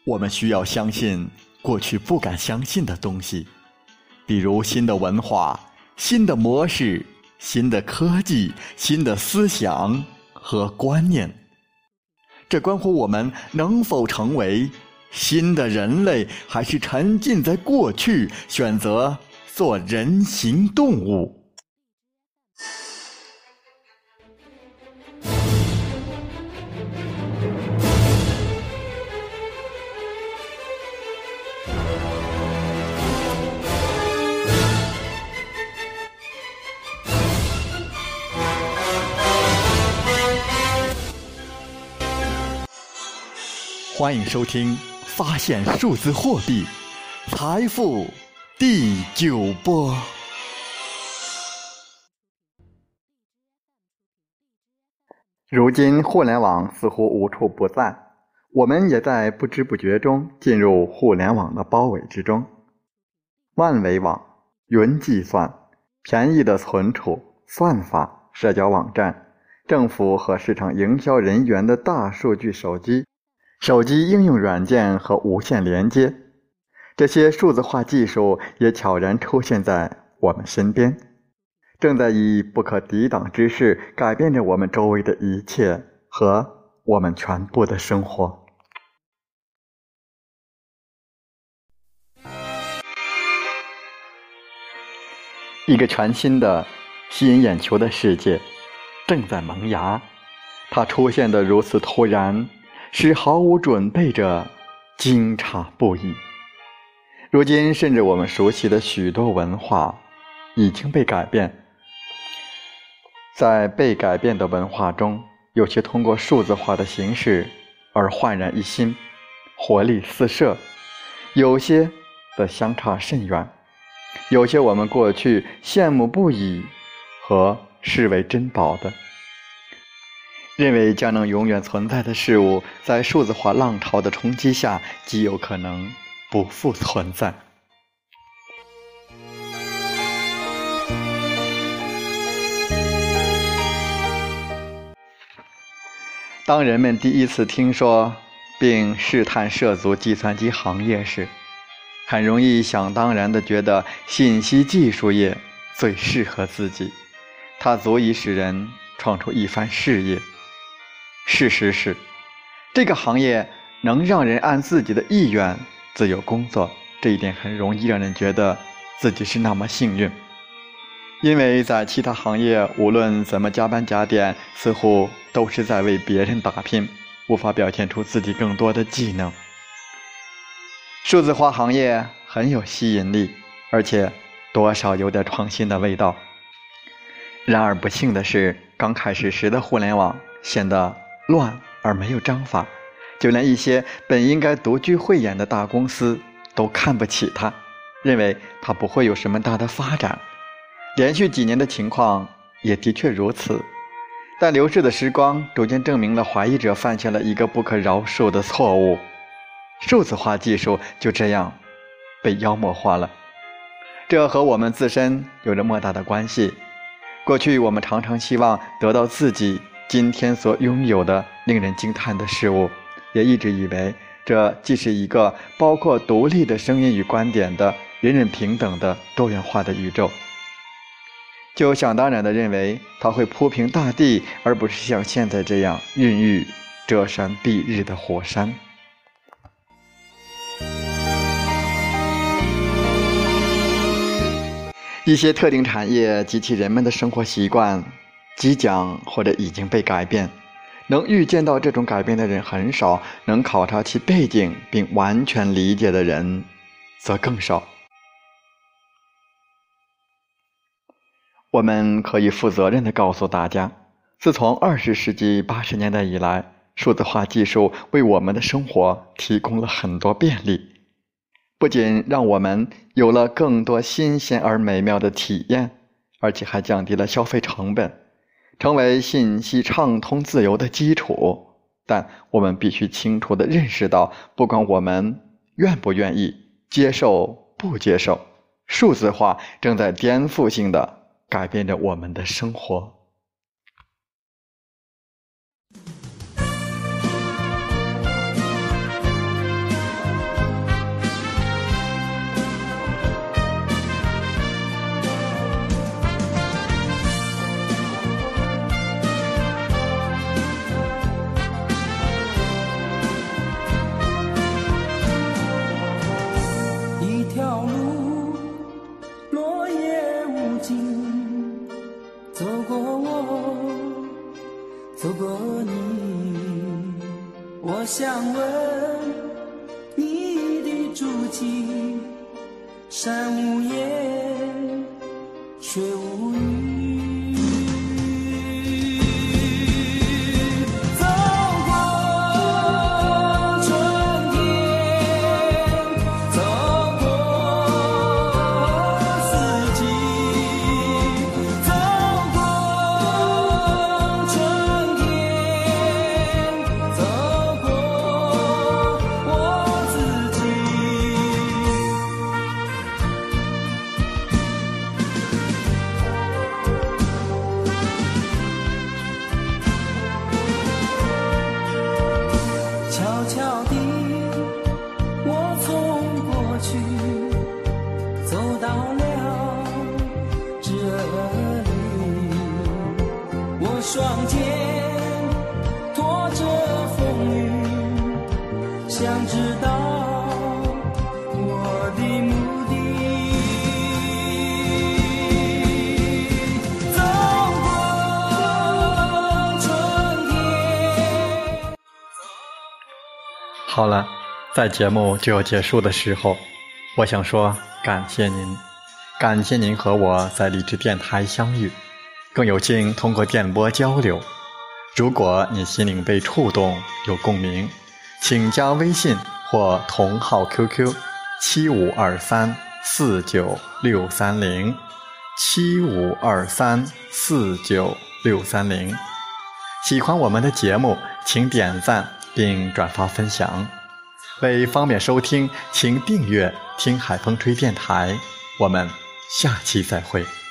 我们需要相信过去不敢相信的东西，比如新的文化、新的模式、新的科技、新的思想和观念。这关乎我们能否成为新的人类，还是沉浸在过去，选择做人形动物。欢迎收听发现数字货币财富第9波。如今互联网似乎无处不在，我们也在不知不觉中进入互联网的包围之中。万维网、云计算、便宜的存储、算法、社交网站、政府和市场营销人员的大数据手机应用软件和无线连接，这些数字化技术也悄然出现在我们身边，正在以不可抵挡之势改变着我们周围的一切和我们全部的生活。一个全新的吸引眼球的世界正在萌芽，它出现得如此突然，使毫无准备者惊诧不已。如今甚至我们熟悉的许多文化已经被改变，在被改变的文化中，有些通过数字化的形式而焕然一新，活力四射，有些则相差甚远，有些我们过去羡慕不已和视为珍宝的，认为将能永远存在的事物，在数字化浪潮的冲击下极有可能不复存在。当人们第一次听说并试探涉足计算机行业时，很容易想当然地觉得信息技术业最适合自己，它足以使人创出一番事业。事实是，这个行业能让人按自己的意愿自由工作，这一点很容易让人觉得自己是那么幸运。因为在其他行业，无论怎么加班加点，似乎都是在为别人打拼，无法表现出自己更多的技能。数字化行业很有吸引力，而且多少有点创新的味道。然而不幸的是，刚开始时的互联网显得乱而没有章法，就连一些本应该独具慧眼的大公司都看不起它，认为它不会有什么大的发展。连续几年的情况也的确如此，但流逝的时光逐渐证明了怀疑者犯下了一个不可饶恕的错误，数字化技术就这样被妖魔化了。这和我们自身有着莫大的关系。过去我们常常希望得到自己今天所拥有的令人惊叹的事物，也一直以为这既是一个包括独立的声音与观点的人人平等的多元化的宇宙，就想当然地认为它会铺平大地，而不是像现在这样孕育遮山蔽日的火山。一些特定产业及其人们的生活习惯即将或者已经被改变，能预见到这种改变的人很少，能考察其背景并完全理解的人则更少。我们可以负责任地告诉大家，自从20世纪80年代以来，数字化技术为我们的生活提供了很多便利，不仅让我们有了更多新鲜而美妙的体验，而且还降低了消费成本，成为信息畅通自由的基础。但我们必须清楚地认识到，不管我们愿不愿意，接受不接受，数字化正在颠覆性地改变着我们的生活。 经走过我，走过你，我想问你的足迹，山无言，水无语。双肩拖着风雨，想知道我的目的。走过春天。 好了，在节目就要结束的时候，我想说感谢您，感谢您和我在荔枝电台相遇，更有幸通过电波交流。如果你心灵被触动，有共鸣，请加微信或同号 QQ 7523-49630，7523-49630。喜欢我们的节目，请点赞并转发分享。为方便收听，请订阅听海风吹电台。我们下期再会。